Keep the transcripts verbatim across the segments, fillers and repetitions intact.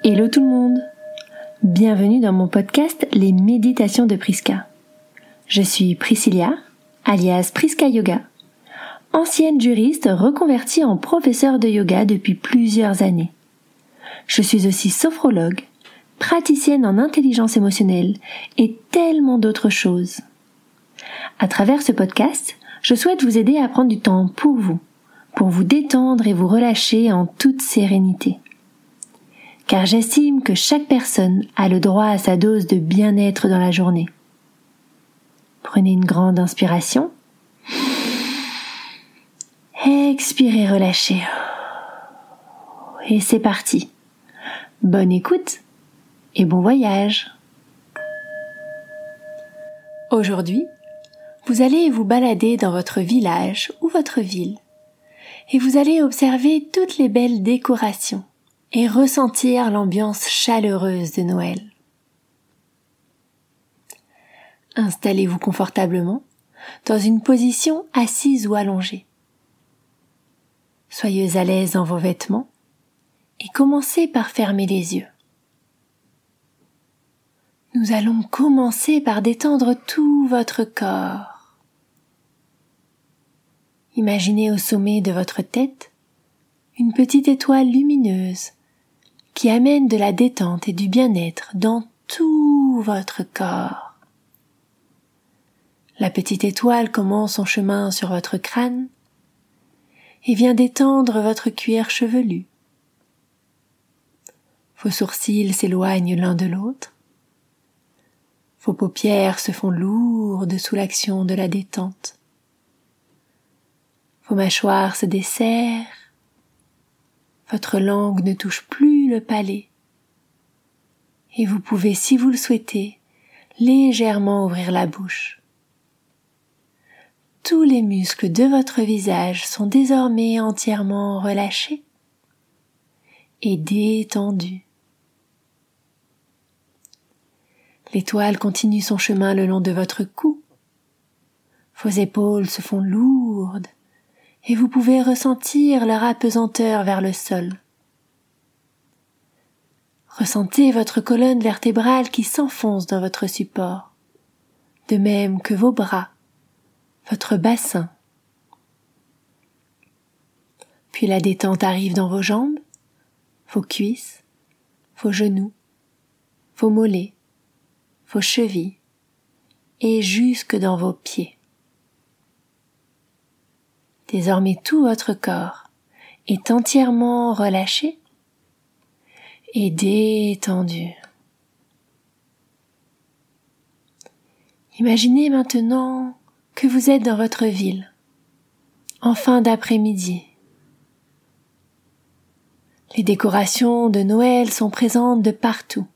Hello tout le monde! Bienvenue dans mon podcast Les Méditations de Priska. Je suis Priscilla, alias Priska Yoga, ancienne juriste reconvertie en professeure de yoga depuis plusieurs années. Je suis aussi sophrologue, praticienne en intelligence émotionnelle et tellement d'autres choses. À travers ce podcast, je souhaite vous aider à prendre du temps pour vous, pour vous détendre et vous relâcher en toute sérénité. Car j'estime que chaque personne a le droit à sa dose de bien-être dans la journée. Prenez une grande inspiration. Expirez, relâchez. Et c'est parti. Bonne écoute et bon voyage. Aujourd'hui, vous allez vous balader dans votre village ou votre ville et vous allez observer toutes les belles décorations et ressentir l'ambiance chaleureuse de Noël. Installez-vous confortablement dans une position assise ou allongée. Soyez à l'aise dans vos vêtements et commencez par fermer les yeux. Nous allons commencer par détendre tout votre corps. Imaginez au sommet de votre tête une petite étoile lumineuse qui amène de la détente et du bien-être dans tout votre corps. La petite étoile commence son chemin sur votre crâne et vient détendre votre cuir chevelu. Vos sourcils s'éloignent l'un de l'autre. Vos paupières se font lourdes sous l'action de la détente. Vos mâchoires se desserrent. Votre langue ne touche plus le palais. Et vous pouvez, si vous le souhaitez, légèrement ouvrir la bouche. Tous les muscles de votre visage sont désormais entièrement relâchés et détendus. L'étoile continue son chemin le long de votre cou. Vos épaules se font lourdes et vous pouvez ressentir leur apesanteur vers le sol. Ressentez votre colonne vertébrale qui s'enfonce dans votre support, de même que vos bras, votre bassin. Puis la détente arrive dans vos jambes, vos cuisses, vos genoux, vos mollets, vos chevilles et jusque dans vos pieds. Désormais tout votre corps est entièrement relâché et détendu. Imaginez maintenant que vous êtes dans votre ville, en fin d'après-midi. Les décorations de Noël sont présentes de partout.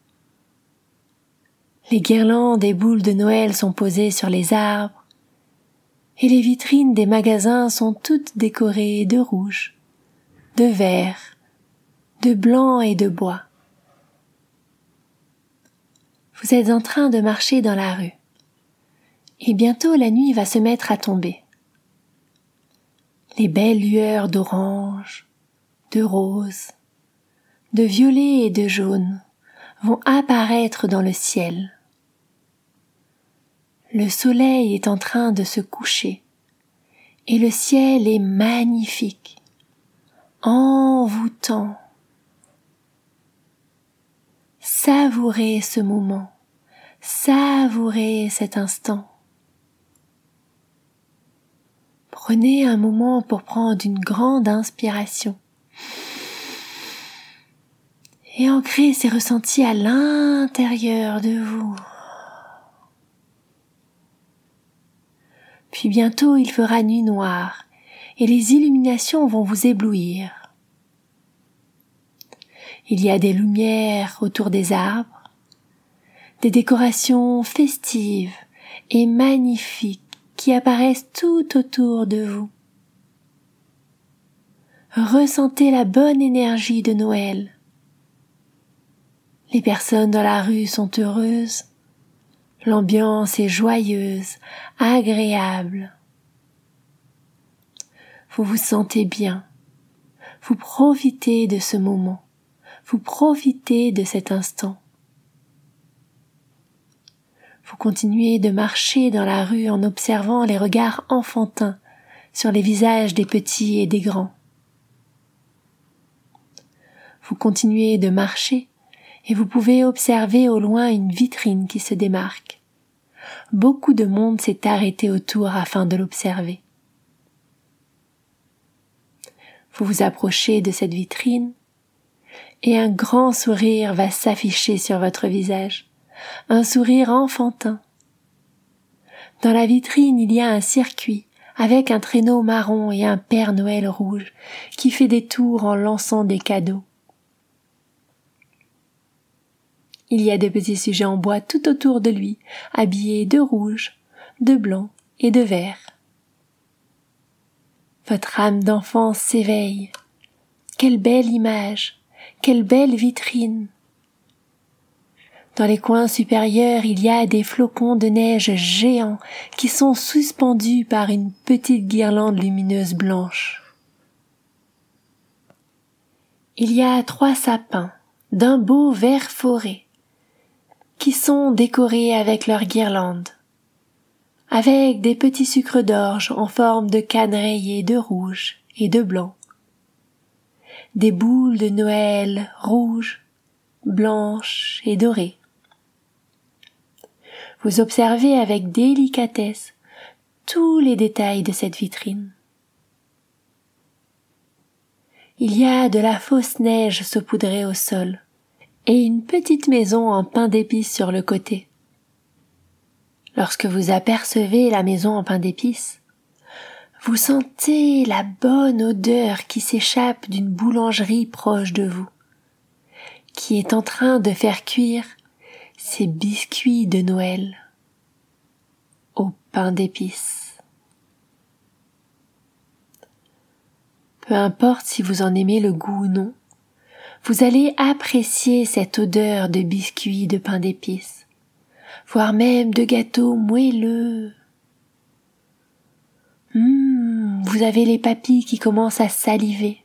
Les guirlandes et boules de Noël sont posées sur les arbres, et les vitrines des magasins sont toutes décorées de rouge, de vert, de blanc et de bois. Vous êtes en train de marcher dans la rue, et bientôt la nuit va se mettre à tomber. Les belles lueurs d'orange, de rose, de violet et de jaune vont apparaître dans le ciel. Le soleil est en train de se coucher et le ciel est magnifique, envoûtant. Savourez ce moment, savourez cet instant. Prenez un moment pour prendre une grande inspiration et ancrez ces ressentis à l'intérieur de vous. Puis bientôt il fera nuit noire et les illuminations vont vous éblouir. Il y a des lumières autour des arbres, des décorations festives et magnifiques qui apparaissent tout autour de vous. Ressentez la bonne énergie de Noël. Les personnes dans la rue sont heureuses. L'ambiance est joyeuse, agréable. Vous vous sentez bien. Vous profitez de ce moment. Vous profitez de cet instant. Vous continuez de marcher dans la rue en observant les regards enfantins sur les visages des petits et des grands. Vous continuez de marcher et vous pouvez observer au loin une vitrine qui se démarque. Beaucoup de monde s'est arrêté autour afin de l'observer. Vous vous approchez de cette vitrine et un grand sourire va s'afficher sur votre visage. Un sourire enfantin. Dans la vitrine, il y a un circuit avec un traîneau marron et un Père Noël rouge qui fait des tours en lançant des cadeaux. Il y a de petits sujets en bois tout autour de lui, habillés de rouge, de blanc et de vert. Votre âme d'enfant s'éveille. Quelle belle image, quelle belle vitrine. Dans les coins supérieurs, il y a des flocons de neige géants qui sont suspendus par une petite guirlande lumineuse blanche. Il y a trois sapins d'un beau vert forêt qui sont décorés avec leurs guirlandes, avec des petits sucres d'orge en forme de cannes rayées de rouge et de blanc, des boules de Noël rouges, blanches et dorées. Vous observez avec délicatesse tous les détails de cette vitrine. Il y a de la fausse neige saupoudrée au sol et une petite maison en pain d'épices sur le côté. Lorsque vous apercevez la maison en pain d'épices, vous sentez la bonne odeur qui s'échappe d'une boulangerie proche de vous, qui est en train de faire cuire ses biscuits de Noël au pain d'épices. Peu importe si vous en aimez le goût ou non, vous allez apprécier cette odeur de biscuits de pain d'épices, voire même de gâteaux moelleux. Mmh, vous avez les papilles qui commencent à saliver.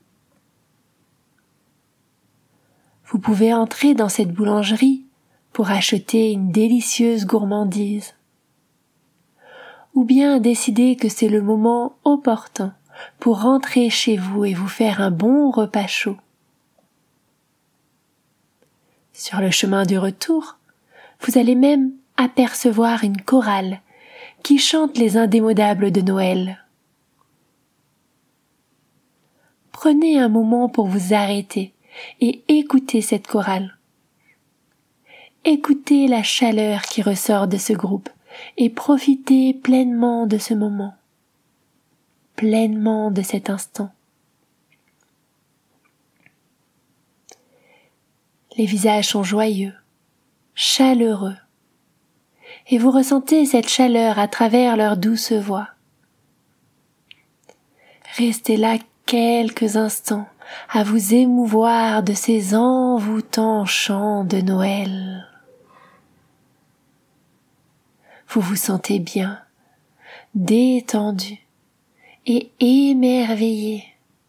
Vous pouvez entrer dans cette boulangerie pour acheter une délicieuse gourmandise. Ou bien décider que c'est le moment opportun pour rentrer chez vous et vous faire un bon repas chaud. Sur le chemin du retour, vous allez même apercevoir une chorale qui chante les indémodables de Noël. Prenez un moment pour vous arrêter et écoutez cette chorale. Écoutez la chaleur qui ressort de ce groupe et profitez pleinement de ce moment, pleinement de cet instant. Les visages sont joyeux, chaleureux, et vous ressentez cette chaleur à travers leur douce voix. Restez là quelques instants à vous émouvoir de ces envoûtants chants de Noël. Vous vous sentez bien, détendu et émerveillé.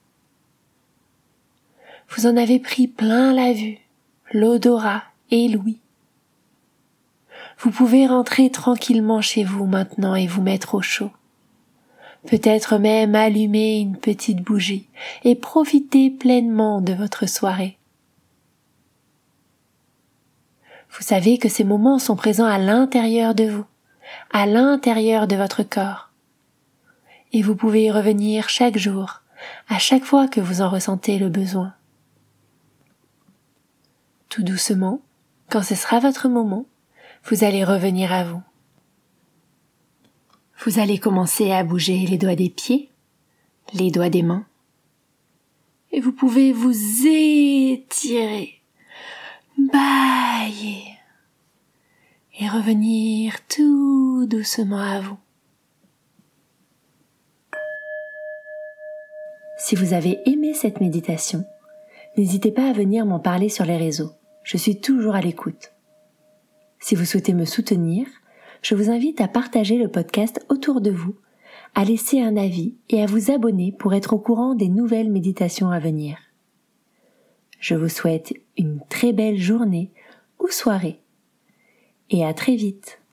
Vous en avez pris plein la vue, l'odorat et l'ouïe. Vous pouvez rentrer tranquillement chez vous maintenant et vous mettre au chaud. Peut-être même allumer une petite bougie et profiter pleinement de votre soirée. Vous savez que ces moments sont présents à l'intérieur de vous, à l'intérieur de votre corps. Et vous pouvez y revenir chaque jour, à chaque fois que vous en ressentez le besoin. Tout doucement, quand ce sera votre moment, vous allez revenir à vous. Vous allez commencer à bouger les doigts des pieds, les doigts des mains, et vous pouvez vous étirer, bâiller, et revenir tout doucement à vous. Si vous avez aimé cette méditation, n'hésitez pas à venir m'en parler sur les réseaux. Je suis toujours à l'écoute. Si vous souhaitez me soutenir, je vous invite à partager le podcast autour de vous, à laisser un avis et à vous abonner pour être au courant des nouvelles méditations à venir. Je vous souhaite une très belle journée ou soirée. Et à très vite.